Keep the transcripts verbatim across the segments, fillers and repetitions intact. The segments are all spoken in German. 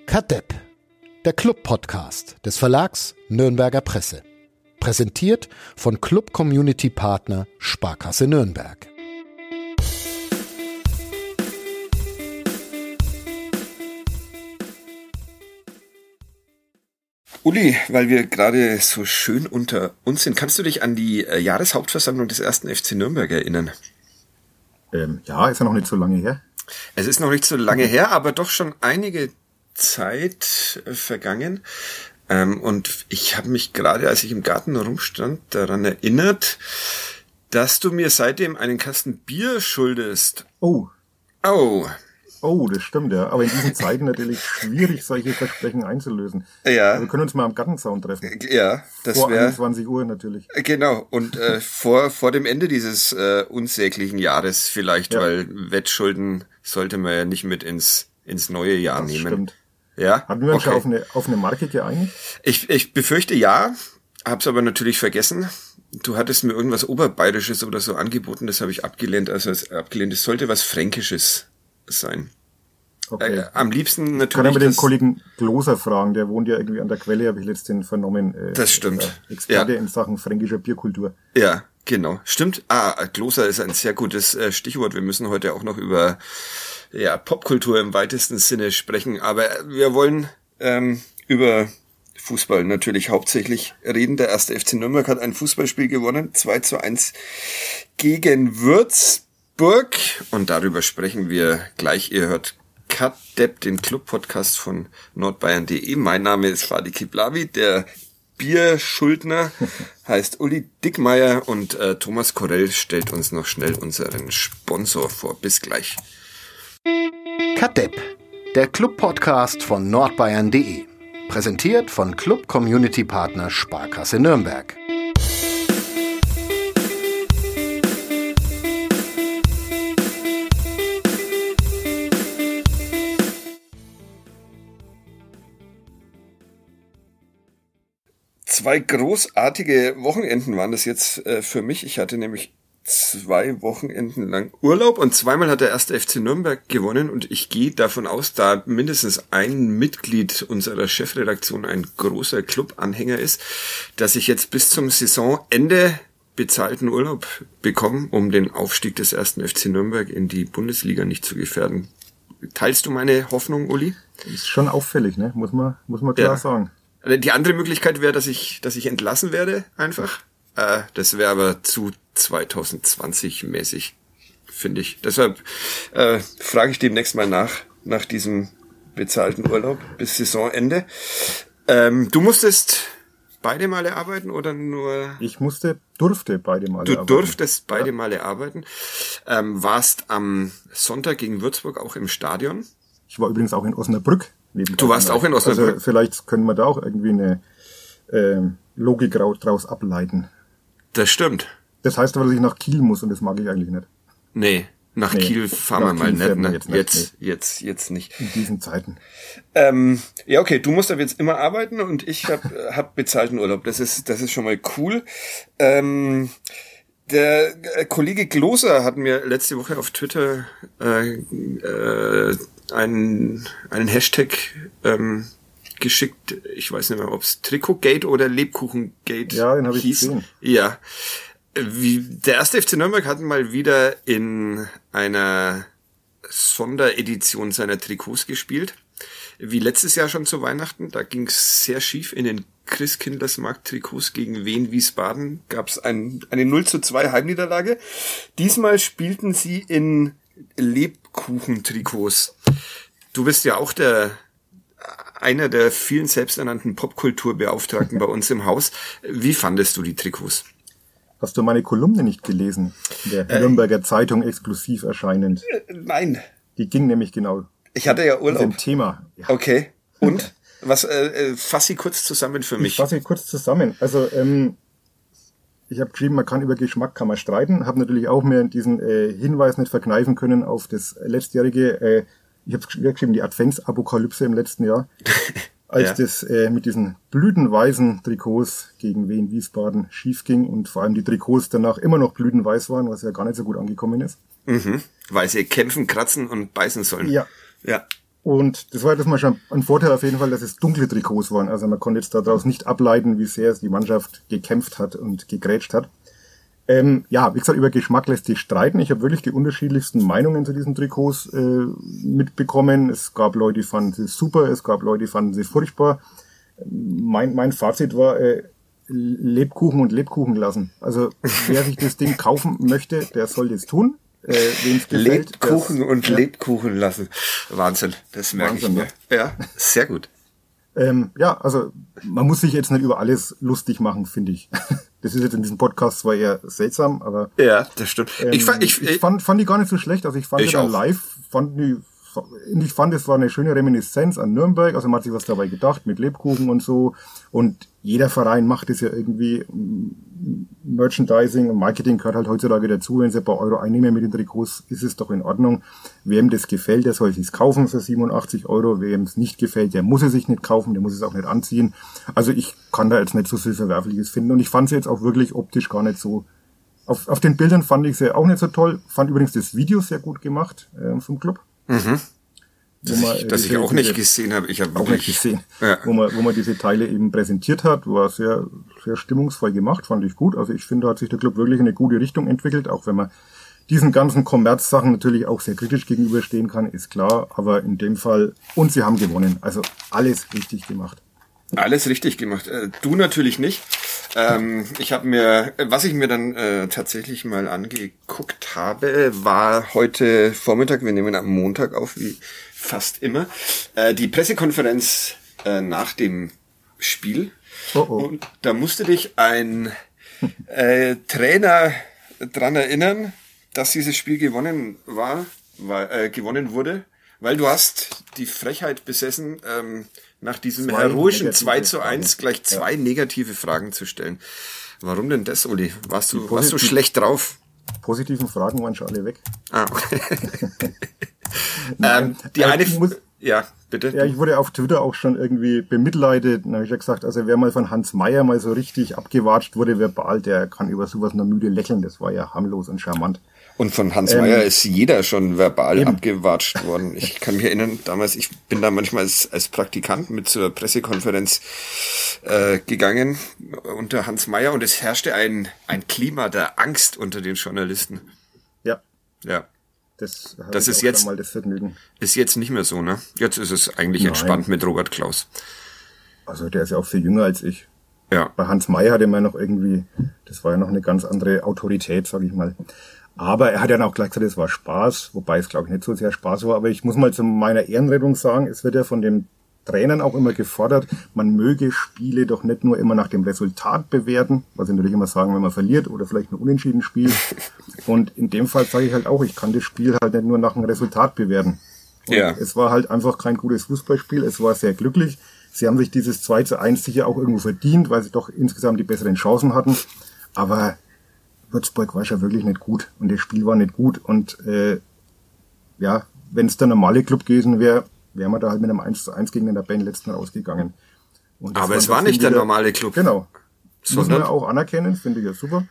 Kadepp, der Club-Podcast des Verlags Nürnberger Presse. Präsentiert von Club-Community-Partner Sparkasse Nürnberg. Uli, weil wir gerade so schön unter uns sind, kannst du dich an die äh, Jahreshauptversammlung des ersten F C Nürnberg erinnern? Ähm, ja, ist ja noch nicht so lange her. Es ist noch nicht so lange her, aber doch schon einige Zeit äh, vergangen. Ähm, und ich habe mich gerade, als ich im Garten rumstand, daran erinnert, dass du mir seitdem einen Kasten Bier schuldest. Oh. Oh. Oh, das stimmt, ja. Aber in diesen Zeiten natürlich schwierig, solche Versprechen einzulösen. Ja. Wir können uns mal am Gartenzaun treffen. Ja, das wäre... Vor einundzwanzig Uhr natürlich. Genau, und äh, vor vor dem Ende dieses äh, unsäglichen Jahres vielleicht, ja. Weil Wettschulden sollte man ja nicht mit ins ins neue Jahr das nehmen. Stimmt. Ja? Hatten wir uns okay. schon auf eine, auf eine Marke geeinigt? Ich, ich befürchte ja, hab's aber natürlich vergessen. Du hattest mir irgendwas Oberbayerisches oder so angeboten, das habe ich abgelehnt, also es abgelehnt. Es sollte was Fränkisches sein. Okay. Äh, am liebsten natürlich... Ich kann ja mit dem Kollegen Gloser fragen, der wohnt ja irgendwie an der Quelle, habe ich letztens vernommen. Äh, das stimmt. Experte ja. in Sachen fränkischer Bierkultur. Ja, genau. Stimmt. Ah, Gloser ist ein sehr gutes äh, Stichwort. Wir müssen heute auch noch über ja, Popkultur im weitesten Sinne sprechen, aber wir wollen ähm, über Fußball natürlich hauptsächlich reden. Der erste F C Nürnberg hat ein Fußballspiel gewonnen, zwei zu eins gegen Würzburg, und darüber sprechen wir gleich. Ihr hört Kadepp, den Club-Podcast von nordbayern punkt de. Mein Name ist Fadi Kiblavi, der Bierschuldner heißt Uli Dickmeyer, und äh, Thomas Korell stellt uns noch schnell unseren Sponsor vor. Bis gleich. Kadepp, der Club-Podcast von nordbayern punkt de. Präsentiert von Club-Community-Partner Sparkasse Nürnberg. Zwei großartige Wochenenden waren das jetzt äh, für mich. Ich hatte nämlich zwei Wochenenden lang Urlaub und zweimal hat der erste F C Nürnberg gewonnen, und ich gehe davon aus, da mindestens ein Mitglied unserer Chefredaktion ein großer Club-Anhänger ist, dass ich jetzt bis zum Saisonende bezahlten Urlaub bekomme, um den Aufstieg des ersten F C Nürnberg in die Bundesliga nicht zu gefährden. Teilst du meine Hoffnung, Uli? Ist schon auffällig, ne? Muss man, muss man klar ja. sagen. Die andere Möglichkeit wäre, dass ich, dass ich entlassen werde, einfach. Äh, das wäre aber zu zwanzig zwanzig mäßig, finde ich. Deshalb äh, frage ich demnächst mal nach, nach diesem bezahlten Urlaub bis Saisonende. Ähm, du musstest beide Male arbeiten oder nur... Ich musste, durfte beide Male du arbeiten. Du durftest beide ja. Male arbeiten. Ähm, warst am Sonntag gegen Würzburg auch im Stadion? Ich war übrigens auch in Osnabrück. Du warst auch in Osnabrück? Also vielleicht können wir da auch irgendwie eine ähm, Logik draus ableiten. Das stimmt. Das heißt aber, dass ich nach Kiel muss, und das mag ich eigentlich nicht. Nee, nach nee, Kiel fahren wir mal nicht, ne? Jetzt, nicht, jetzt, nee. jetzt, jetzt nicht. In diesen Zeiten. Ähm, ja, okay, du musst aber jetzt immer arbeiten, und ich hab, hab bezahlten Urlaub. Das ist, das ist schon mal cool. Ähm, Der Kollege Gloser hat mir letzte Woche auf Twitter äh, äh, einen, einen Hashtag ähm, geschickt. Ich weiß nicht mehr, ob es Trikotgate oder Lebkuchengate ja, den hab ich hieß. gesehen. Ja. Wie, der erste F C Nürnberg hat mal wieder in einer Sonderedition seiner Trikots gespielt. Wie letztes Jahr schon zu Weihnachten. Da ging es sehr schief in den Christkindlersmarkt-Trikots gegen Wien Wiesbaden. Gab es ein, eine null zu zwei Heimniederlage. Diesmal spielten sie in Lebkuchentrikots. Du bist ja auch der einer der vielen selbsternannten Popkulturbeauftragten bei uns im Haus. Wie fandest du die Trikots? Hast du meine Kolumne nicht gelesen? In der äh, Nürnberger Zeitung exklusiv erscheinend. Äh, nein. Die ging nämlich genau. Ich hatte ja Urlaub. Mit dem Thema. Ja. Okay. Und? Was, äh, fass sie kurz zusammen für mich. Ich fasse sie kurz zusammen. Also, ähm, ich habe geschrieben, man kann über Geschmack kann man streiten. Habe natürlich auch mir diesen äh, Hinweis nicht verkneifen können auf das letztjährige, äh, ich habe geschrieben, die Adventsapokalypse im letzten Jahr. Als ja. das äh, mit diesen blütenweißen Trikots gegen Wien Wiesbaden schief ging und vor allem die Trikots danach immer noch blütenweiß waren, was ja gar nicht so gut angekommen ist. Mhm. Weil sie kämpfen, kratzen und beißen sollen. Ja. Ja. Und das war das mal schon ein Vorteil auf jeden Fall, dass es dunkle Trikots waren. Also man konnte jetzt daraus nicht ableiten, wie sehr die Mannschaft gekämpft hat und gegrätscht hat. Ähm, ja, wie gesagt, über Geschmack lässt sich streiten. Ich habe wirklich die unterschiedlichsten Meinungen zu diesen Trikots äh, mitbekommen. Es gab Leute, die fanden sie super, es gab Leute, die fanden sie furchtbar. Mein, mein Fazit war, äh, Lebkuchen und Lebkuchen lassen. Also wer sich das Ding kaufen möchte, der soll das tun. Äh, wem's gefällt, Lebkuchen das, und ja. Lebkuchen lassen. Wahnsinn, das merke Wahnsinn, ich mir. Ja, sehr gut. Ähm, ja, also man muss sich jetzt nicht über alles lustig machen, finde ich. Das ist jetzt in diesem Podcast zwar eher seltsam, aber ja, das stimmt. Ähm, ich fand, ich, ich fand, fand die gar nicht so schlecht. Also ich fand ich die dann auch. live, fand die, ich fand, es war eine schöne Reminiszenz an Nürnberg. Also man hat sich was dabei gedacht mit Lebkuchen und so. Und jeder Verein macht es ja irgendwie. Merchandising und Marketing gehört halt heutzutage dazu. Wenn sie ein paar Euro einnehmen mit den Trikots, ist es doch in Ordnung. Wem das gefällt, der soll sich's kaufen für siebenundachtzig Euro. Wem es nicht gefällt, der muss es sich nicht kaufen, der muss es auch nicht anziehen. Also ich kann da jetzt nicht so viel Verwerfliches finden. Und ich fand sie jetzt auch wirklich optisch gar nicht so. Auf, auf den Bildern fand ich sie auch nicht so toll. Fand übrigens das Video sehr gut gemacht äh, vom Club. Mhm. Das, man, ich, das diese, ich auch nicht diese, gesehen habe. Ich habe auch nicht gesehen. Ja. Wo man, wo man diese Teile eben präsentiert hat, war sehr, sehr stimmungsvoll gemacht, fand ich gut. Also ich finde, da hat sich der Club wirklich in eine gute Richtung entwickelt, auch wenn man diesen ganzen Kommerzsachen natürlich auch sehr kritisch gegenüberstehen kann, ist klar. Aber in dem Fall, und sie haben gewonnen. Also alles richtig gemacht. Alles richtig gemacht. Äh, du natürlich nicht. Ähm, ich habe mir, was ich mir dann äh, tatsächlich mal angeguckt habe, war heute Vormittag, wir nehmen am Montag auf, wie fast immer, äh, die Pressekonferenz äh, nach dem Spiel. Oh oh. Und da musste dich ein äh, Trainer dran erinnern, dass dieses Spiel gewonnen war, war äh, gewonnen wurde, weil du hast die Frechheit besessen, ähm, nach diesem zwei heroischen zwei zu Fragen. eins gleich zwei ja. negative Fragen zu stellen. Warum denn das, Uli? Warst du, die warst du schlecht drauf? Positiven Fragen waren schon alle weg. Ah, okay. Nein, ähm, die also eine, ich muss, ja, bitte. Ja, ich wurde auf Twitter auch schon irgendwie bemitleidet. Dann habe ich ja gesagt, also wer mal von Hans Meyer mal so richtig abgewatscht wurde verbal, der kann über sowas nur müde lächeln. Das war ja harmlos und charmant. Und von Hans Ähm, Meyer ist jeder schon verbal eben. abgewatscht worden. Ich kann mich erinnern, damals, ich bin da manchmal als, als Praktikant mit zur Pressekonferenz äh, gegangen unter Hans Meyer und es herrschte ein, ein Klima der Angst unter den Journalisten. Ja, Ja. das, hatte Das ich ist auch jetzt- schon mal das Vergnügen. Ist jetzt nicht mehr so, ne? Jetzt ist es eigentlich Nein. entspannt mit Robert Klaus. Also der ist ja auch viel jünger als ich. Ja. Bei Hans Meyer hatte man noch irgendwie, das war ja noch eine ganz andere Autorität, sage ich mal. Aber er hat ja dann auch gleich gesagt, es war Spaß, wobei es, glaube ich, nicht so sehr Spaß war. Aber ich muss mal zu meiner Ehrenrettung sagen, es wird ja von den Trainern auch immer gefordert, man möge Spiele doch nicht nur immer nach dem Resultat bewerten, was sie natürlich immer sagen, wenn man verliert oder vielleicht ein unentschieden Spiel. Und in dem Fall sage ich halt auch, ich kann das Spiel halt nicht nur nach dem Resultat bewerten. Und Ja. es war halt einfach kein gutes Fußballspiel, es war sehr glücklich. Sie haben sich dieses zwei zu eins sicher auch irgendwo verdient, weil sie doch insgesamt die besseren Chancen hatten. Aber Würzburg war schon wirklich nicht gut und das Spiel war nicht gut. Und äh, ja, wenn es der normale Club gewesen wäre, wären wir da halt mit einem eins zu eins gegen den Tabellenletzten rausgegangen. Und das Aber es war war trotzdem nicht der wieder- normale Club. Genau. Muss man Sondern auch anerkennen, finde ich ja super.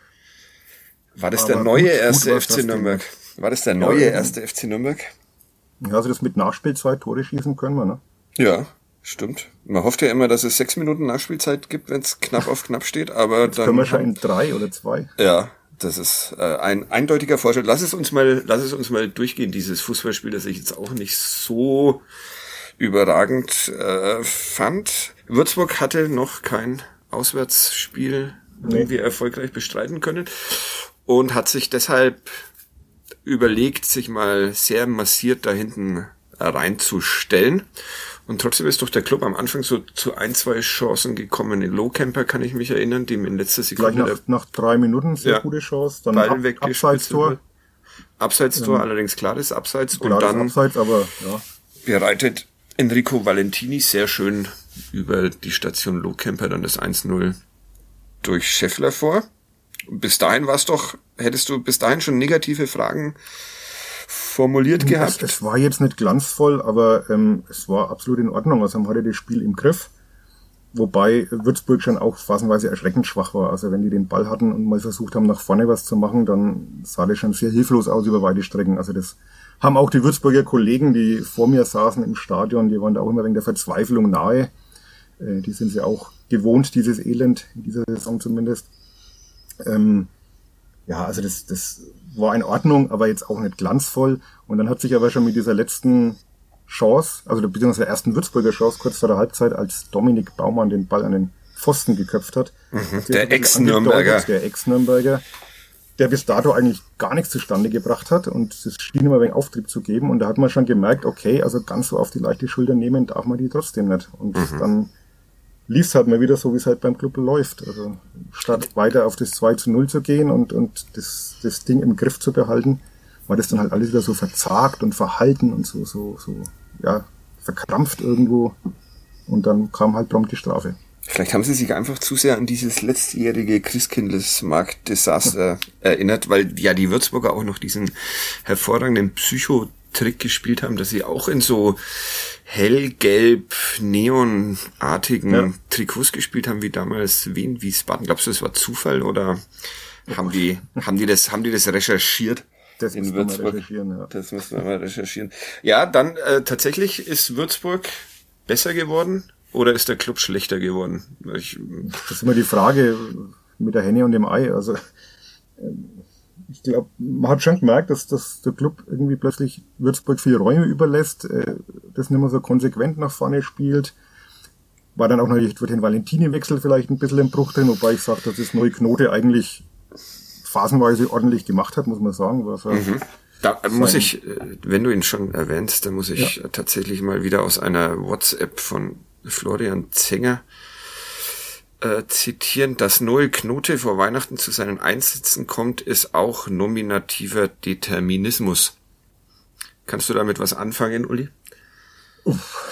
war das aber der neue gut- gut erste war's F C trotzdem. Nürnberg? War das der Ja, neue ja. erste F C Nürnberg? Ja, also das mit Nachspielzeit Tore schießen können wir, ne? Ja, stimmt. Man hofft ja immer, dass es sechs Minuten Nachspielzeit gibt, wenn es knapp auf knapp steht, aber dann Können wir schon in drei oder zwei. ja, das ist äh, ein eindeutiger Fortschritt. Lass es uns mal, lass es uns mal durchgehen, dieses Fußballspiel, das ich jetzt auch nicht so überragend äh, fand. Würzburg hatte noch kein Auswärtsspiel Nee. irgendwie erfolgreich bestreiten können und hat sich deshalb überlegt, sich mal sehr massiert da hinten reinzustellen. Und trotzdem ist doch der Club am Anfang so zu ein, zwei Chancen gekommen. In Lowcamper kann ich mich erinnern, die ihm in letzter Gleich Sekunde nach, nach drei Minuten sehr Ja. gute Chance. Dann Ball Ab, weggespielt. Abseits-Tor. Abseits-Tor, Ja. allerdings klares Abseits. Und Klar, das dann Abseits, aber ja. bereitet Enrico Valentini sehr schön über die Station Lowcamper dann das eins null durch Scheffler vor. Bis dahin war es doch, hättest du bis dahin schon negative Fragen formuliert Es, gehabt? es war jetzt nicht glanzvoll, aber ähm, es war absolut in Ordnung. Also man hatte das Spiel im Griff. Wobei Würzburg schon auch phasenweise erschreckend schwach war. Also wenn die den Ball hatten und mal versucht haben, nach vorne was zu machen, dann sah das schon sehr hilflos aus über weite Strecken. Also das haben auch die Würzburger Kollegen, die vor mir saßen im Stadion, die waren da auch immer wegen der Verzweiflung nahe. Äh, die sind ja auch gewohnt, dieses Elend, in dieser Saison zumindest. Ähm, ja, also das, das war in Ordnung, aber jetzt auch nicht glanzvoll. Und dann hat sich aber schon mit dieser letzten Chance, also beziehungsweise der ersten Würzburger Chance, kurz vor der Halbzeit, als Dominik Baumann den Ball an den Pfosten geköpft hat. Mhm, der Ex-Nürnberger. Der Ex-Nürnberger, der bis dato eigentlich gar nichts zustande gebracht hat und es schien immer ein wenig Auftrieb zu geben. Und da hat man schon gemerkt, okay, also ganz so auf die leichte Schulter nehmen darf man die trotzdem nicht. Und mhm. dann lief es halt mal wieder so, wie es halt beim Club läuft. Also statt weiter auf das zwei zu null zu gehen und, und das, das Ding im Griff zu behalten, war das dann halt alles wieder so verzagt und verhalten und so, so, so, ja, verkrampft irgendwo. Und dann kam halt prompt die Strafe. Vielleicht haben sie sich einfach zu sehr an dieses letztjährige Christkindlesmarkt-Desaster erinnert, weil ja die Würzburger auch noch diesen hervorragenden Psychotrick gespielt haben, dass sie auch in so hellgelb, neonartigen ja. Trikots gespielt haben, wie damals Wien, Wiesbaden. Glaubst du, das war Zufall oder haben die, haben die das, haben die das recherchiert? Das in müssen Würzburg. wir recherchieren, ja. Das müssen wir mal recherchieren. Ja, dann äh, tatsächlich ist Würzburg besser geworden oder ist der Club schlechter geworden? Ich, das ist immer die Frage mit der Henne und dem Ei. Also ich glaube, man hat schon gemerkt, dass, dass der Club irgendwie plötzlich Würzburg viel Räume überlässt, äh, das nicht mehr so konsequent nach vorne spielt. War dann auch natürlich durch den Valentini-Wechsel vielleicht ein bisschen im Bruch drin, wobei ich sage, dass das neue Knote eigentlich phasenweise ordentlich gemacht hat, muss man sagen. Was er mhm. Da muss ich, wenn du ihn schon erwähnst, da muss ich ja. tatsächlich mal wieder aus einer WhatsApp von Florian Zenger äh, zitieren. Dass Noel Knote vor Weihnachten zu seinen Einsätzen kommt, ist auch nominativer Determinismus. Kannst du damit was anfangen, Uli? Uff.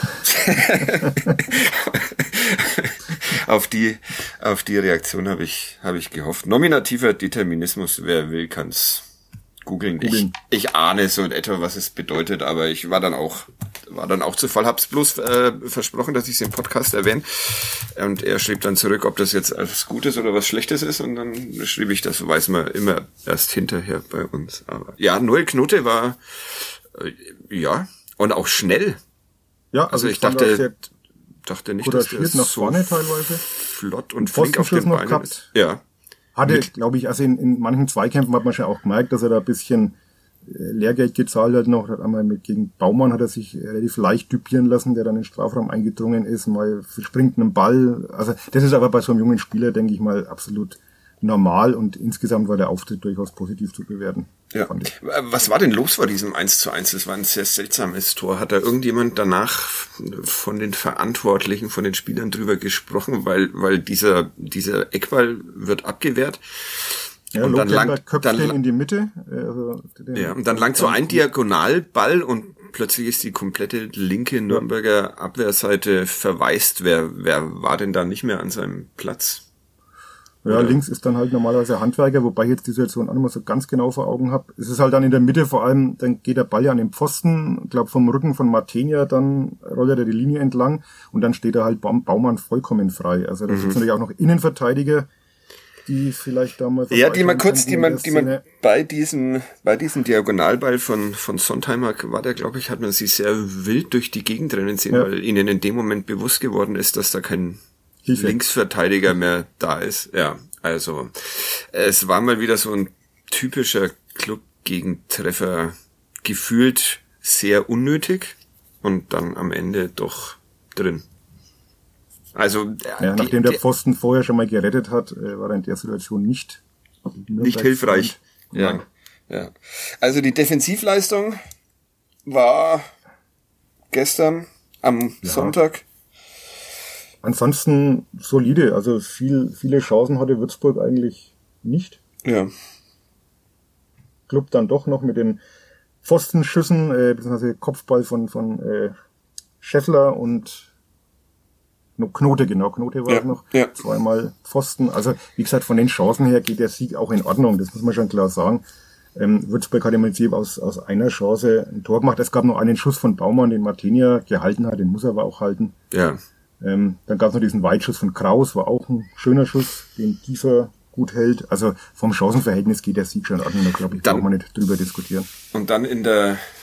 auf die auf die Reaktion habe ich habe ich gehofft. Nominativer Determinismus, wer will, kann's googeln. Ich, ich ahne so in etwa, was es bedeutet, aber ich war dann auch war dann auch zu voll, hab's bloß äh, versprochen, dass ich es im Podcast erwähne. Und er schrieb dann zurück, ob das jetzt was Gutes oder was Schlechtes ist, und dann schrieb ich, das weiß man immer erst hinterher bei uns. Aber ja, Noel Knote war äh, ja und auch schnell. Ja, also, also ich, ich dachte dachte nicht, dass der nach so vorne teilweise flott und flink auf den Beinen ist. Ja. Hatte, glaube ich, also in, in manchen Zweikämpfen hat man schon auch gemerkt, dass er da ein bisschen Lehrgeld gezahlt hat noch. Hat einmal mit gegen Baumann hat er sich relativ leicht düpieren lassen, der dann in den Strafraum eingedrungen ist, mal verspringt einen Ball. Also das ist aber bei so einem jungen Spieler, denke ich mal, absolut normal, und insgesamt war der Auftritt durchaus positiv zu bewerten. Ja. Was war denn los vor diesem eins zu eins? Das war ein sehr seltsames Tor. Hat da irgendjemand danach von den Verantwortlichen, von den Spielern drüber gesprochen, weil weil dieser dieser Eckball wird abgewehrt. Ja, und dann langt dann in die Mitte. Also ja, und dann langt so ein Diagonalball und plötzlich ist die komplette linke Nürnberger Abwehrseite verwaist. Wer wer war denn da nicht mehr an seinem Platz? Ja, oder? Links ist dann halt normalerweise Handwerker, wobei ich jetzt die Situation auch nicht mehr so ganz genau vor Augen habe. Es ist halt dann in der Mitte vor allem, dann geht der Ball ja an den Pfosten, ich glaube vom Rücken von Martenia, dann rollt er die Linie entlang und dann steht er halt Baumann vollkommen frei. Also da mhm. gibt es natürlich auch noch Innenverteidiger, die vielleicht damals... Ja, die mal kurz, die man, die man bei diesem, bei diesem Diagonalball von, von Sontheimer war der, glaube ich, hat man sie sehr wild durch die Gegend rennen sehen, ja. weil ihnen in dem Moment bewusst geworden ist, dass da kein Hilfe. Linksverteidiger mehr da ist. Ja, also es war mal wieder so ein typischer Club-Gegentreffer, gefühlt sehr unnötig und dann am Ende doch drin. Also ja, die, nachdem der Pfosten vorher schon mal gerettet hat, war er in der Situation nicht nicht hilfreich. Ja, ja. Also die Defensivleistung war gestern am ja. Sonntag. Ansonsten solide, also viel, viele Chancen hatte Würzburg eigentlich nicht. Ja. Club dann doch noch mit den Pfostenschüssen, äh, beziehungsweise Kopfball von, von äh, Scheffler und no, Knote, genau, Knote war ja, es noch. Ja. Zweimal Pfosten. Also wie gesagt, von den Chancen her geht der Sieg auch in Ordnung, das muss man schon klar sagen. Ähm, Würzburg hat im Prinzip aus, aus einer Chance ein Tor gemacht. Es gab noch einen Schuss von Baumann, den Martenia gehalten hat, den muss er aber auch halten. Ja. Ähm, dann gab es noch diesen Weitschuss von Kraus, war auch ein schöner Schuss, den Kiefer gut hält. Also vom Chancenverhältnis geht der Sieg schon in Ordnung, da glaube ich, braucht man nicht drüber diskutieren. Und dann in der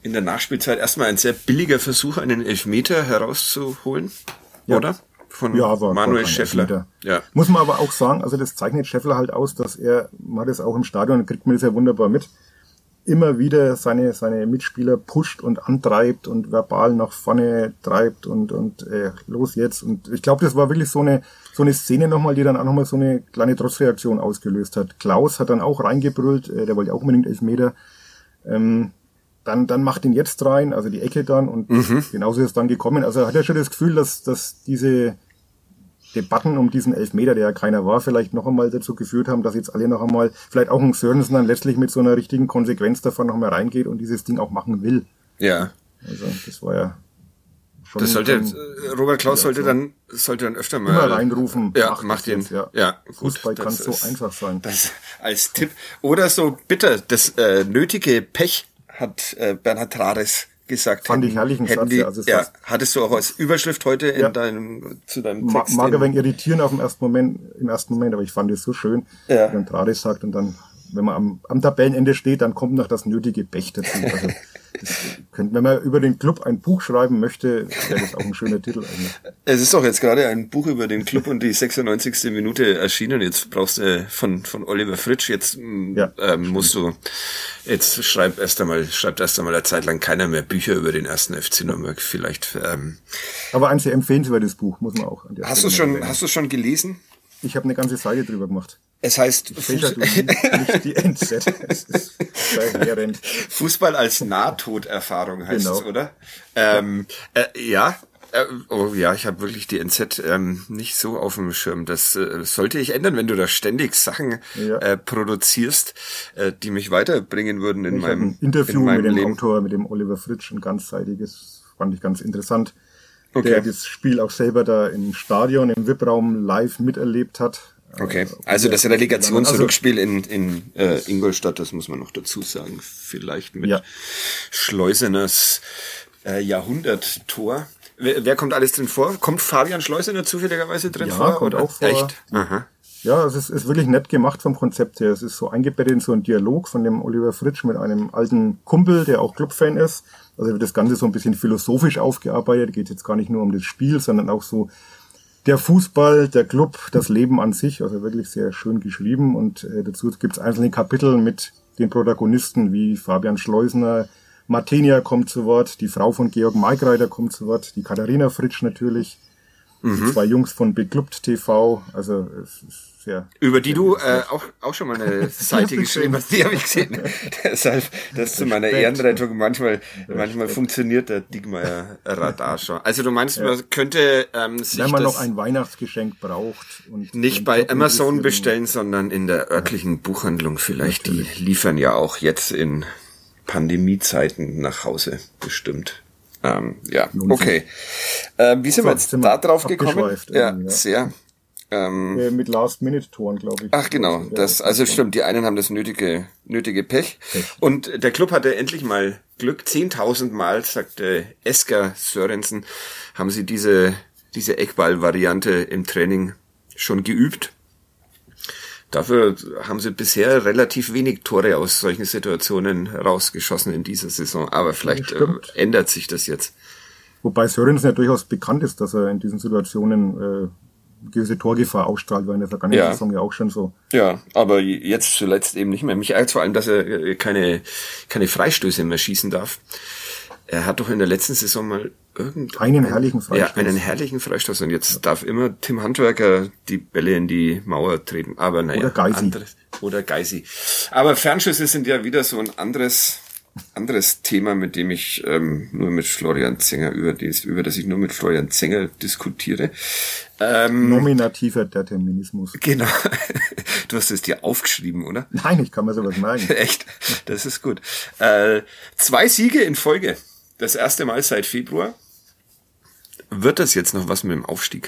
in der Nachspielzeit erstmal ein sehr billiger Versuch, einen Elfmeter herauszuholen, ja. oder? Von ja, war Manuel Scheffler. Ja. Muss man aber auch sagen, also das zeichnet Scheffler halt aus, dass er, man hat es auch im Stadion, kriegt man das ja wunderbar mit, immer wieder seine seine Mitspieler pusht und antreibt und verbal nach vorne treibt und und äh, los jetzt. Und ich glaube, das war wirklich so eine so eine Szene nochmal, die dann auch nochmal so eine kleine Trotzreaktion ausgelöst hat. Klaus hat dann auch reingebrüllt, äh, der wollte auch unbedingt Elfmeter. Ähm, dann dann macht ihn jetzt rein, also die Ecke dann und mhm. genauso ist es dann gekommen. Also hat er schon das Gefühl, dass dass diese Debatten um diesen Elfmeter, der ja keiner war, vielleicht noch einmal dazu geführt haben, dass jetzt alle noch einmal, vielleicht auch ein Sörensen dann letztlich mit so einer richtigen Konsequenz davon noch mal reingeht und dieses Ding auch machen will. Ja. Also das war ja schon... Das sollte, Robert Klaus sollte dann, sollte dann öfter mal... Immer reinrufen. Ja, macht, macht den, ja. ja. Fußball kann so einfach sein. Das als Tipp. Oder so bitter, das äh, nötige Pech hat äh, Bernhard Trares gesagt. Fand ich herrlichen Satz. Die, also ja, hattest du auch als Überschrift heute in ja. deinem, zu deinem Ma- Text. Mag ein wenig irritieren auf dem ersten Moment, im ersten Moment, aber ich fand es so schön, ja. wenn Trares sagt und dann, wenn man am, am Tabellenende steht, dann kommt noch das nötige Pech dazu. Also, das könnte, wenn man über den Club ein Buch schreiben möchte, wäre das auch ein schöner Titel eigentlich. Es ist doch jetzt gerade ein Buch über den Club und die sechsundneunzigste Minute erschienen. Jetzt brauchst du von, von Oliver Fritsch, jetzt ja, ähm, musst du, jetzt schreib erst einmal, schreibt erst einmal eine Zeit lang keiner mehr Bücher über den ersten F C Nürnberg. Vielleicht, ähm, aber ein sehr empfehlenswertes Buch, muss man auch an der Hast du schon, hast du schon gelesen? Ich habe eine ganze Seite drüber gemacht. Es heißt Fuß- nicht die N Z. Es ist verheerend. Fußball als Nahtoderfahrung heißt Genau. es, oder? Ähm, äh, ja. Äh, oh ja, ich habe wirklich die N Z ähm, nicht so auf dem Schirm. Das äh, sollte ich ändern, wenn du da ständig Sachen Ja. äh, produzierst, äh, die mich weiterbringen würden in Ich habe meinem ein Interview in meinem mit dem Leben. Autor, mit dem Oliver Fritsch, ein ganzseitiges, fand ich ganz interessant. Okay. Der das Spiel auch selber da im Stadion, im V I P-Raum live miterlebt hat. Okay, also das Relegationsrückspiel also, in, in äh, Ingolstadt, das muss man noch dazu sagen, vielleicht mit Ja. Schleuseners äh, Jahrhunderttor. Wer, wer kommt alles drin vor? Kommt Fabian Schleusener zufälligerweise drin Ja, vor? kommt oder? auch vor. Echt? Aha. Ja, es ist, ist wirklich nett gemacht vom Konzept her. Es ist so eingebettet in so einen Dialog von dem Oliver Fritsch mit einem alten Kumpel, der auch Clubfan ist. Also wird das Ganze so ein bisschen philosophisch aufgearbeitet. Geht jetzt gar nicht nur um das Spiel, sondern auch so der Fußball, der Club, das Leben an sich. Also wirklich sehr schön geschrieben. Und äh, dazu gibt es einzelne Kapitel mit den Protagonisten wie Fabian Schleusener, Martenia kommt zu Wort, die Frau von Georg Maikreiter kommt zu Wort, die Katharina Fritsch natürlich, mhm. die zwei Jungs von Beklubbt T V. Also es ist sehr... Über die du äh, auch, auch schon mal eine Seite geschrieben hast, die habe ich gesehen. Deshalb, das zu meiner Ehrenrettung manchmal manchmal funktioniert der Diekmeyer Radar schon. Also du meinst, Ja. man könnte ähm, sich Wenn man das noch ein Weihnachtsgeschenk braucht und nicht den bei Club Amazon interessiert, bestellen, sondern in der örtlichen Buchhandlung vielleicht. Die liefern ja auch jetzt in Pandemiezeiten nach Hause bestimmt. Ähm, ja, okay. Äh, wie sind So, wir jetzt sind wir da drauf gekommen? abgeschweift Ja, irgendwie, ja. sehr. Ähm, äh, mit Last-Minute-Toren, glaube ich. Ach genau, das also stimmt, die einen haben das nötige nötige Pech. Pech. Und der Club hatte endlich mal Glück. zehntausend Mal, sagte Esker Sörensen, haben sie diese diese Eckball-Variante im Training schon geübt. Dafür haben sie bisher relativ wenig Tore aus solchen Situationen rausgeschossen in dieser Saison. Aber vielleicht äh, ändert sich das jetzt. Wobei Sörensen ja durchaus bekannt ist, dass er in diesen Situationen äh, gewisse Torgefahr ausstrahlt, war in der vergangenen Ja. Saison ja auch schon so. Ja, aber jetzt zuletzt eben nicht mehr. Mich ärgert vor allem, dass er äh, keine keine Freistöße mehr schießen darf. Er hat doch in der letzten Saison mal irgendeinen Einen herrlichen Freistoß. Ja, einen herrlichen Freistoß. Und jetzt ja. darf immer Tim Handwerker die Bälle in die Mauer treten. Aber naja, oder Geisi. Anderes, oder Geisi. Aber Fernschüsse sind ja wieder so ein anderes anderes Thema, mit dem ich ähm, nur mit Florian Zenger, über, das, über das ich nur mit Florian Zenger diskutiere. Ähm, Nominativer Determinismus. Genau. Du hast es dir aufgeschrieben, oder? Nein, ich kann mir sowas merken. Echt? Das ist gut. Äh, zwei Siege in Folge. Das erste Mal seit Februar. Wird das jetzt noch was mit dem Aufstieg?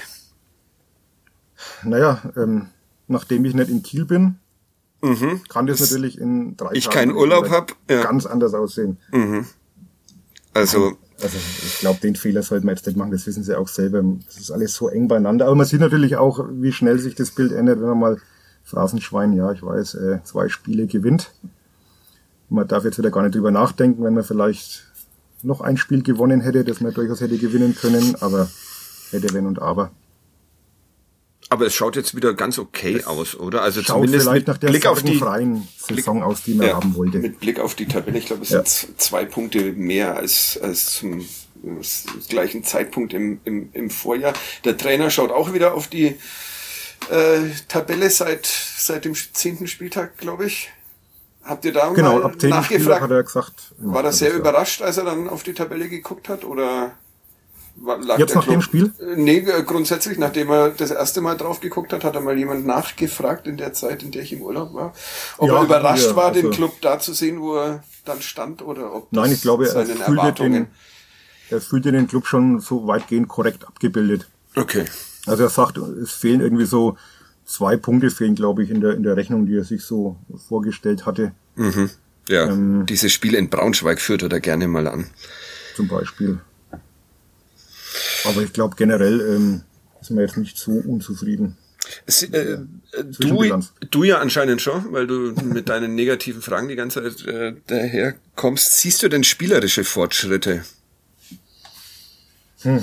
Naja, ähm, nachdem ich nicht in Kiel bin, mhm. kann das, das natürlich in drei ich Tagen keinen Urlaub habe, ja. ganz anders aussehen. Mhm. Also, also ich glaube, den Fehler sollte man jetzt nicht machen, das wissen sie auch selber. Das ist alles so eng beieinander. Aber man sieht natürlich auch, wie schnell sich das Bild ändert, wenn man mal Phrasenschwein, ja, ich weiß, äh, zwei Spiele gewinnt. Man darf jetzt wieder gar nicht drüber nachdenken, wenn man vielleicht noch ein Spiel gewonnen hätte, das man durchaus hätte gewinnen können, aber hätte, wenn und aber. Aber es schaut jetzt wieder ganz okay es aus, oder? Also schaut zumindest vielleicht mit nach der Blick auf die freien Saison Blick, aus, die man ja, haben wollte. Mit Blick auf die Tabelle, ich glaube, es ja. sind zwei Punkte mehr als, als zum gleichen Zeitpunkt im, im, im Vorjahr. Der Trainer schaut auch wieder auf die äh, Tabelle seit, seit dem zehnten Spieltag, glaube ich. Habt ihr da genau, mal ab zehnten nachgefragt? Spieltag hat er gesagt. War das sehr ja. überrascht, als er dann auf die Tabelle geguckt hat, oder? Lag Jetzt nach Club, dem Spiel? Nee, grundsätzlich, nachdem er das erste Mal drauf geguckt hat, hat er mal jemand nachgefragt in der Zeit, in der ich im Urlaub war. Ob ja, er überrascht ja, war, also den Club da zu sehen, wo er dann stand, oder ob das Nein, ich glaube, er seinen fühlte, Erwartungen... den, er fühlte den Club schon so weitgehend korrekt abgebildet. Okay. Also er sagt, es fehlen irgendwie so zwei Punkte, fehlen, glaube ich, in der, in der Rechnung, die er sich so vorgestellt hatte. Mhm. Ja, ähm, dieses Spiel in Braunschweig führt er da gerne mal an. Zum Beispiel. Aber ich glaube, generell ähm, ist man jetzt nicht so unzufrieden. Es, äh, du, du ja anscheinend schon, weil du mit deinen negativen Fragen die ganze Zeit äh, daherkommst. Siehst du denn spielerische Fortschritte? Hm.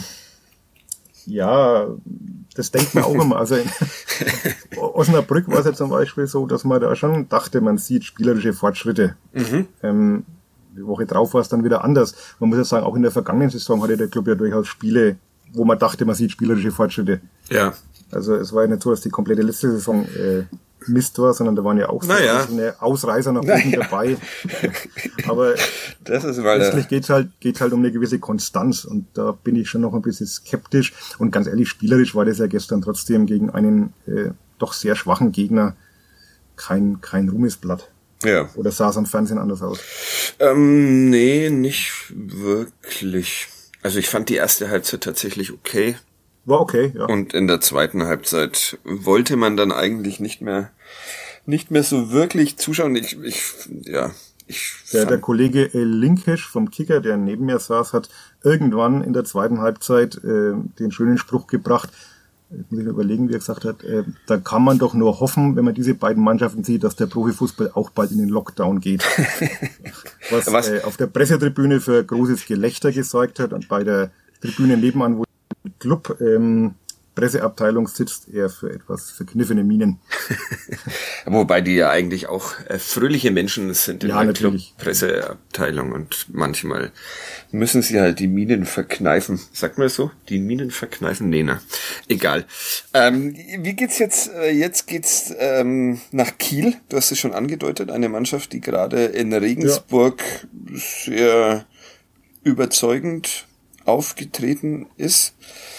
Ja, das denkt man auch immer. Also in Osnabrück war es ja zum Beispiel so, dass man da schon dachte, man sieht spielerische Fortschritte. Mhm. Ähm, die Woche drauf war es dann wieder anders. Man muss ja sagen, auch in der vergangenen Saison hatte der Club ja durchaus Spiele, wo man dachte, man sieht spielerische Fortschritte. Ja. Also es war ja nicht so, dass die komplette letzte Saison äh, Mist war, sondern da waren ja auch so naja. eine Ausreißer nach oben naja. dabei. Aber das ist, weil letztlich geht es halt, geht's halt um eine gewisse Konstanz und da bin ich schon noch ein bisschen skeptisch. Und ganz ehrlich, spielerisch war das ja gestern trotzdem gegen einen äh, doch sehr schwachen Gegner kein, kein Ruhmesblatt. Ja. Oder sah es am Fernsehen anders aus? Ähm, nee, nicht wirklich. Also ich fand die erste Halbzeit tatsächlich okay. War okay, ja. Und in der zweiten Halbzeit wollte man dann eigentlich nicht mehr, nicht mehr so wirklich zuschauen. Ich, ich, ja, ich. Der, der Kollege Linkesch vom Kicker, der neben mir saß, hat irgendwann in der zweiten Halbzeit äh, den schönen Spruch gebracht. Jetzt muss ich mir überlegen, wie er gesagt hat, äh, da kann man doch nur hoffen, wenn man diese beiden Mannschaften sieht, dass der Profifußball auch bald in den Lockdown geht. Was, Was? Äh, auf der Pressetribüne für großes Gelächter gesorgt hat und bei der Tribüne nebenan, wo die Club ähm, Presseabteilung sitzt, eher für etwas verkniffene Mienen. Wobei die ja eigentlich auch äh, fröhliche Menschen sind in ja, der Club-Presseabteilung und manchmal müssen sie halt die Minen verkneifen. Sagt man das so? Die Minen verkneifen? Nee, na. Egal. Ähm, wie geht's jetzt? Jetzt geht's ähm, nach Kiel. Du hast es schon angedeutet. Eine Mannschaft, die gerade in Regensburg ja. sehr überzeugend aufgetreten ist.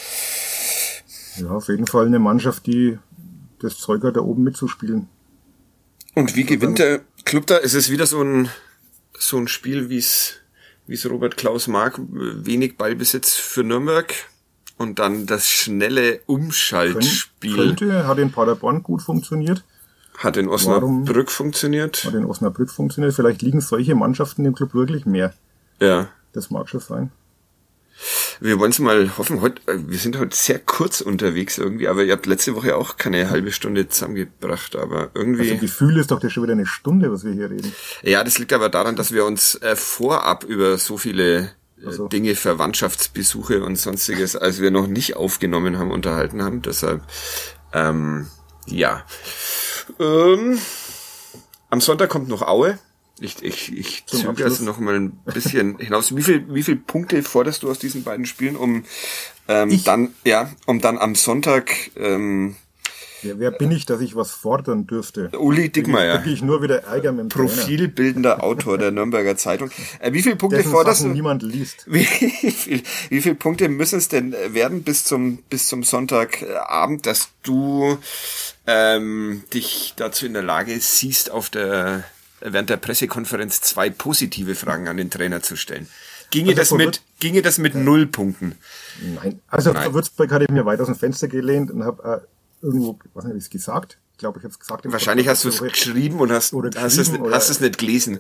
Ja, auf jeden Fall eine Mannschaft, die das Zeug hat, da oben mitzuspielen. Und wie gewinnt der Club da? Ist es wieder so ein so ein Spiel, wie es wie es Robert Klaus mag, wenig Ballbesitz für Nürnberg und dann das schnelle Umschaltspiel. Könnte, hat in Paderborn gut funktioniert. Hat in Osnabrück Warum? funktioniert. Hat in Osnabrück funktioniert. Vielleicht liegen solche Mannschaften im Club wirklich mehr. Ja. Das mag schon sein. Wir wollen es mal hoffen. Heute, wir sind heute sehr kurz unterwegs irgendwie, aber ihr habt letzte Woche auch keine halbe Stunde zusammengebracht, aber irgendwie... Also Gefühl ist doch das schon wieder eine Stunde, was wir hier reden. Ja, das liegt aber daran, dass wir uns äh, vorab über so viele äh, so. Dinge, Verwandtschaftsbesuche und sonstiges, als wir noch nicht aufgenommen haben, unterhalten haben. Deshalb, ähm, ja. Ähm, am Sonntag kommt noch Aue. Ich, ich, ich zögere es noch mal ein bisschen hinaus. Wie viel, wie viel Punkte forderst du aus diesen beiden Spielen, um ähm, dann, ja, um dann am Sonntag? Ähm, ja, wer bin ich, dass ich was fordern dürfte? Uli Dickmeyer. Kriege ich nur wieder Ärger mit dem Profilbildender Autor der Nürnberger Zeitung. Äh, wie viele Punkte Dessen forderst Sachen du? Niemand liest. Wie viel, wie viele Punkte müssen es denn werden bis zum bis zum Sonntagabend, dass du ähm, dich dazu in der Lage siehst, auf der während der Pressekonferenz zwei positive Fragen an den Trainer zu stellen. Ginge also das mit, ginge das mit ja. null Punkten? Nein. Also Nein. Würzburg hatte ich mir weit aus dem Fenster gelehnt und habe äh, irgendwo, was habe ich gesagt? Ich glaube, ich habe es gesagt. Wahrscheinlich hast du es geschrieben und hast, oder hast es hast es nicht gelesen.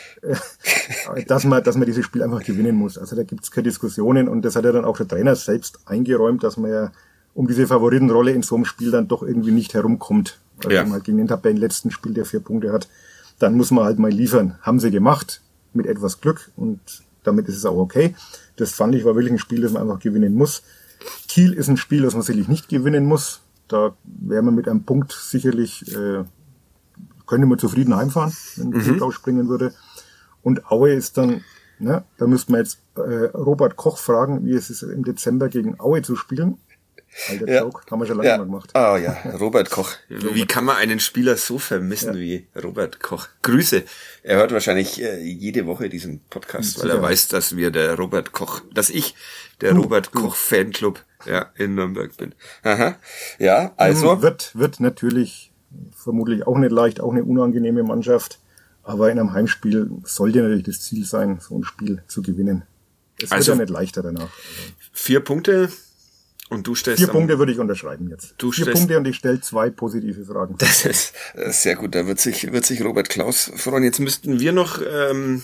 dass man, dass man dieses Spiel einfach gewinnen muss. Also da gibt es keine Diskussionen und das hat ja dann auch der Trainer selbst eingeräumt, dass man ja um diese Favoritenrolle in so einem Spiel dann doch irgendwie nicht herumkommt. Also ja. wenn man halt gegen den Tabellenletzten spielt, der vier Punkte hat, dann muss man halt mal liefern. Haben sie gemacht, mit etwas Glück und damit ist es auch okay. Das fand ich war wirklich ein Spiel, das man einfach gewinnen muss. Kiel ist ein Spiel, das man sicherlich nicht gewinnen muss. Da wäre man mit einem Punkt sicherlich, äh, könnte man zufrieden heimfahren, wenn Kiel mhm. rausspringen würde. Und Aue ist dann, ne, da müsste man jetzt äh, Robert Koch fragen, wie es ist, im Dezember gegen Aue zu spielen. Alter ja. Joke, haben wir schon lange ja. mal gemacht. Ah ja, Robert Koch. Wie kann man einen Spieler so vermissen ja. wie Robert Koch? Grüße. Er hört wahrscheinlich äh, jede Woche diesen Podcast, weil er weiß, dass wir der Robert Koch, dass ich der uh, Robert uh. Koch Fanclub ja, in Nürnberg bin. Aha. Ja, also. Wird, wird natürlich vermutlich auch nicht leicht, auch eine unangenehme Mannschaft. Aber in einem Heimspiel sollte natürlich das Ziel sein, so ein Spiel zu gewinnen. Es also, wird ja nicht leichter danach. Vier Punkte. Und du stellst Vier Punkte würde ich unterschreiben jetzt. Du Vier stellst, Punkte und ich stelle zwei positive Fragen. Das ist sehr gut. Da wird sich wird sich Robert Klaus freuen. Jetzt müssten wir noch ähm,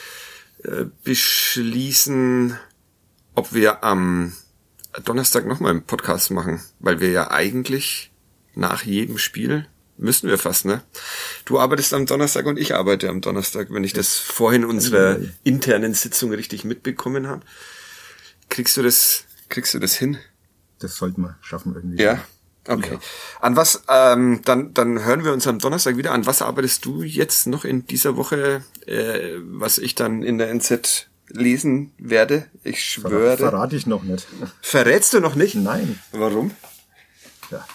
äh, beschließen, ob wir am Donnerstag nochmal einen Podcast machen, weil wir ja eigentlich nach jedem Spiel müssen wir fast, ne? Du arbeitest am Donnerstag und ich arbeite am Donnerstag, wenn ich das vorhin in unserer internen Sitzung richtig mitbekommen habe. Kriegst du das? Kriegst du das hin? Das sollten wir schaffen irgendwie. Ja, okay. Ja. An was, ähm, dann, dann hören wir uns am Donnerstag wieder. An was arbeitest du jetzt noch in dieser Woche, äh, was ich dann in der N Z lesen werde? Ich schwöre. Verrat, verrate ich noch nicht. Verrätst du noch nicht? Nein. Warum? Ja.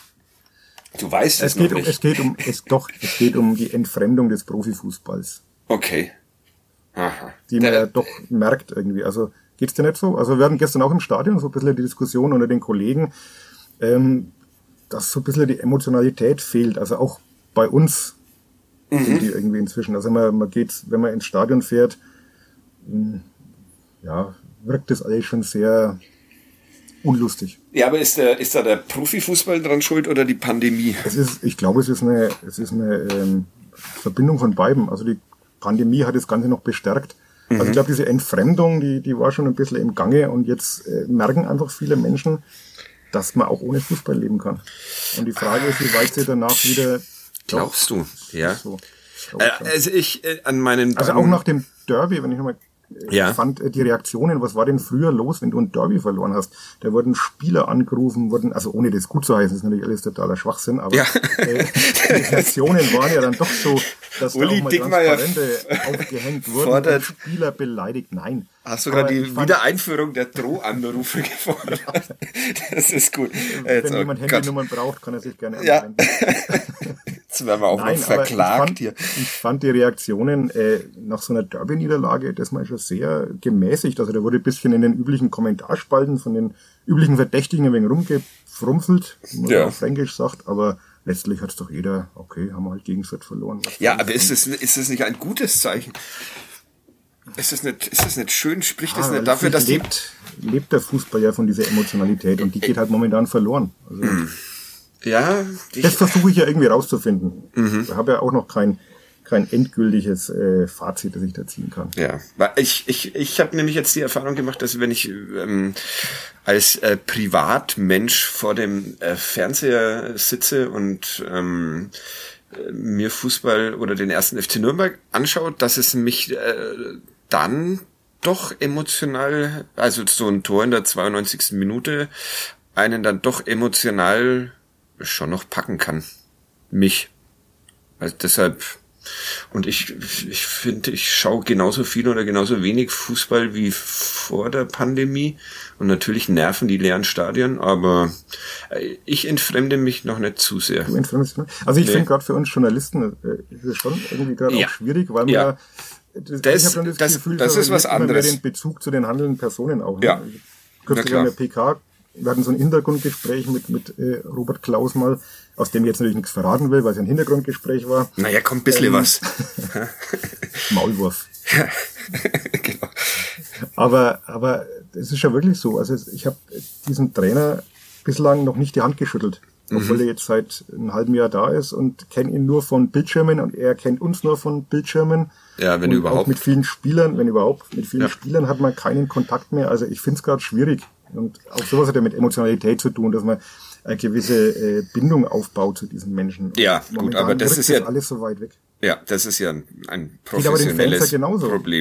Du weißt es, es geht noch um, nicht. Es geht um, es doch, es geht um die Entfremdung des Profifußballs. Okay. Aha. Die man ja doch merkt irgendwie. Also, geht's dir nicht so? Also wir hatten gestern auch im Stadion so ein bisschen die Diskussion unter den Kollegen, ähm, dass so ein bisschen die Emotionalität fehlt. Also auch bei uns mhm. die irgendwie inzwischen. Also man, man geht, wenn man ins Stadion fährt, mh, ja, wirkt das alles schon sehr unlustig. Ja, aber ist, der, ist da der Profifußball dran schuld oder die Pandemie? Es ist, ich glaube, es ist eine, es ist eine ähm, Verbindung von beiden. Also die Pandemie hat das Ganze noch bestärkt. Also ich glaube, diese Entfremdung, die, die war schon ein bisschen im Gange und jetzt äh, merken einfach viele Menschen, dass man auch ohne Fußball leben kann. Und die Frage ist, wie weit sie danach wieder... Glaubst doch, du? Ja. So, äh, also ich äh, an meinen... Also auch nach dem Derby, wenn ich nochmal äh, ja. fand, äh, die Reaktionen, was war denn früher los, wenn du ein Derby verloren hast? Da wurden Spieler angerufen, wurden, also ohne das gut zu heißen, ist natürlich alles totaler Schwachsinn, aber ja. äh, die Reaktionen waren ja dann doch so, dass Uli da auch mal Dickmeyer Transparente aufgehängt wurden fordert, und Spieler beleidigt. Nein. Hast du gerade die fand, Wiedereinführung der Drohanrufe gefordert? Das ist gut. Wenn Jetzt, jemand oh Handynummern braucht, kann er sich gerne ja. Jetzt werden wir auch Nein, noch verklagt ich fand, hier. Ich fand die Reaktionen äh, nach so einer Derby-Niederlage, das mal schon sehr gemäßigt. Also da wurde ein bisschen in den üblichen Kommentarspalten von den üblichen Verdächtigen ein wenig rumgefrumpfelt, wie man ja. auf Fränkisch sagt, aber letztlich hat es doch jeder, okay, haben wir halt Gegenwart verloren. Ja, aber ist es, ist es nicht ein gutes Zeichen? Ist das nicht, ist das nicht schön? Spricht das ah, nicht dafür, dass lebt, lebt der Fußball ja von dieser Emotionalität und die geht halt momentan verloren. Also, ja. Das versuche ich ja irgendwie rauszufinden. Mhm. Ich habe ja auch noch kein, kein endgültiges äh, Fazit, das ich da ziehen kann. Ja, ich, ich, ich habe nämlich jetzt die Erfahrung gemacht, dass wenn ich ähm, als äh, Privatmensch vor dem äh, Fernseher sitze und ähm, mir Fußball oder den ersten F C Nürnberg anschaut, dass es mich äh, dann doch emotional, also so ein Tor in der zweiundneunzigsten Minute, einen dann doch emotional schon noch packen kann. Mich. Also deshalb, und ich ich finde, ich schaue genauso viel oder genauso wenig Fußball wie vor der Pandemie. Und natürlich nerven die leeren Stadien, aber ich entfremde mich noch nicht zu sehr. Du entfremdest dich noch? Also ich nee. finde gerade für uns Journalisten äh, ist es schon irgendwie gerade ja. auch schwierig, weil wir ja. das, das, ich habe schon das, das Gefühl, das ist was anderes. Den Bezug zu den handelnden Personen auch. Ne? Ja. Kürzlich in der P K, wir hatten so ein Hintergrundgespräch mit mit äh, Robert Klaus mal, aus dem ich jetzt natürlich nichts verraten will, weil es ein Hintergrundgespräch war. Naja, kommt ein bisschen ähm, was. Maulwurf. Ja, genau. Aber, aber es ist ja wirklich so. Also ich habe diesem Trainer bislang noch nicht die Hand geschüttelt, obwohl mhm. er jetzt seit einem halben Jahr da ist und kenne ihn nur von Bildschirmen und er kennt uns nur von Bildschirmen. Ja, wenn und überhaupt. Auch mit vielen Spielern, wenn überhaupt, mit vielen ja. Spielern hat man keinen Kontakt mehr. Also ich finde es gerade schwierig. Und auch sowas hat ja mit Emotionalität zu tun, dass man eine gewisse äh, Bindung aufbaut zu diesen Menschen. Ja, und gut, aber das ist ja alles so weit weg. Ja, das ist ja ein, ein professionelles genauso. Problem.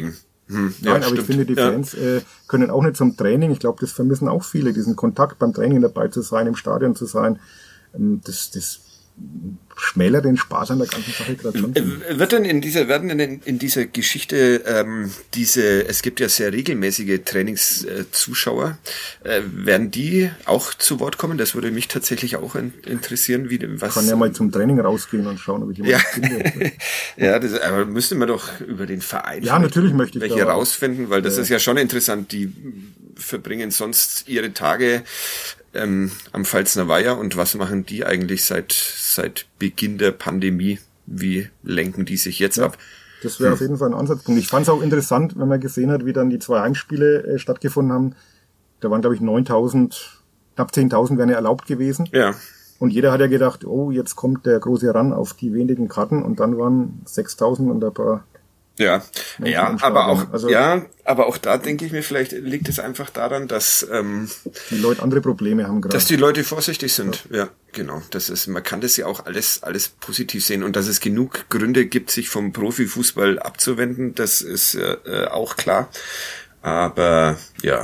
Hm, ja, Nein, aber stimmt. ich finde, die Ja. Fans äh, können auch nicht zum Training. Ich glaube, das vermissen auch viele, diesen Kontakt beim Training dabei zu sein, im Stadion zu sein. Ähm, das, das schmälert den Spaß an der ganzen Sache gerade schon. Äh, Wird denn in dieser, werden denn in, in dieser Geschichte ähm, diese, es gibt ja sehr regelmäßige Trainingszuschauer, äh, werden die auch zu Wort kommen? Das würde mich tatsächlich auch in, interessieren, wie was. Ich kann ja mal zum Training rausgehen und schauen, ob ich jemanden Ja, finde. ja, das, aber müsste man doch über den Verein Ja, natürlich möchte ich welche da- rausfinden, weil das ist ja schon interessant. Die verbringen sonst ihre Tage ähm, am Pfalzner Weiher und was machen die eigentlich seit seit Beginn der Pandemie? Wie lenken die sich jetzt Ja, ab? das wäre auf jeden Fall ein Ansatzpunkt. Ich fand es auch interessant, wenn man gesehen hat, wie dann die zwei Heimspiele äh, stattgefunden haben. Da waren, glaube ich, neuntausend, knapp zehntausend wären ja erlaubt gewesen. Ja, Und jeder hat ja gedacht, oh, jetzt kommt der große Ran auf die wenigen Karten. Und dann waren sechstausend und ein paar... ja, Menschen ja, im aber Stadion. auch Also- ja, aber auch da denke ich mir, vielleicht liegt es einfach daran, dass ähm, Die Leute andere Probleme haben gerade. dass die Leute vorsichtig sind. Ja. ja, genau. Das ist, man kann das ja auch alles, alles positiv sehen und dass es genug Gründe gibt, sich vom Profifußball abzuwenden, das ist äh, auch klar. Aber ja,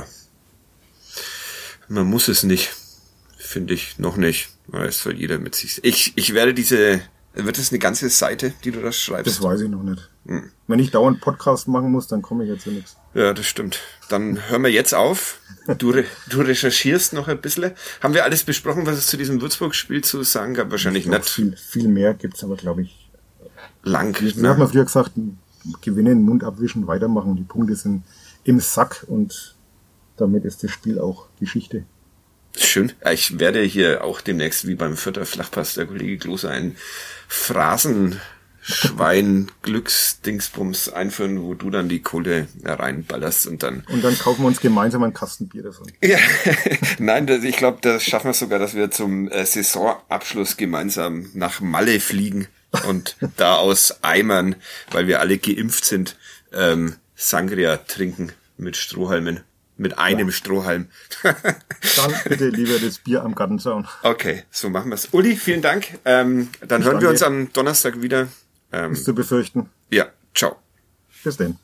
man muss es nicht, finde ich, noch nicht. Es soll jeder mit sich. Ich, ich werde diese, wird das eine ganze Seite, die du da schreibst? Das weiß ich noch nicht. Hm. Wenn ich dauernd Podcast machen muss, dann komme ich jetzt zu nichts. Ja, das stimmt. Dann hören wir jetzt auf. Du, re du recherchierst noch ein bisschen. Haben wir alles besprochen, was es zu diesem Würzburg-Spiel zu sagen gab? Wahrscheinlich Ich glaub, nicht Viel, viel mehr gibt's aber, glaube ich. lang. Wie hat man Ne? früher gesagt, gewinnen, Mund abwischen, weitermachen. Die Punkte sind im Sack und damit ist das Spiel auch Geschichte. Schön. Ja, ich werde hier auch demnächst, wie beim Vierter Flachpass, der Kollege Klose, ein Phrasenschwein Glücksdingsbums einführen, wo du dann die Kohle reinballerst und dann... Und dann kaufen wir uns gemeinsam einen Kasten Bier davon. Ja, nein, das, ich glaube, das schaffen wir sogar, dass wir zum äh, Saisonabschluss gemeinsam nach Malle fliegen und da aus Eimern, weil wir alle geimpft sind, ähm, Sangria trinken mit Strohhalmen. Mit einem ja. Strohhalm. Dann bitte lieber das Bier am Gartenzaun. Okay, so machen wir's. Uli, vielen Dank. Ähm, dann ich hören wir uns am Donnerstag wieder. Ähm, Ist zu befürchten. Ja, ciao. Bis denn.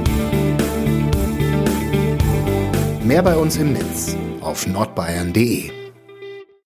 Mehr bei uns im Netz auf nordbayern punkt de.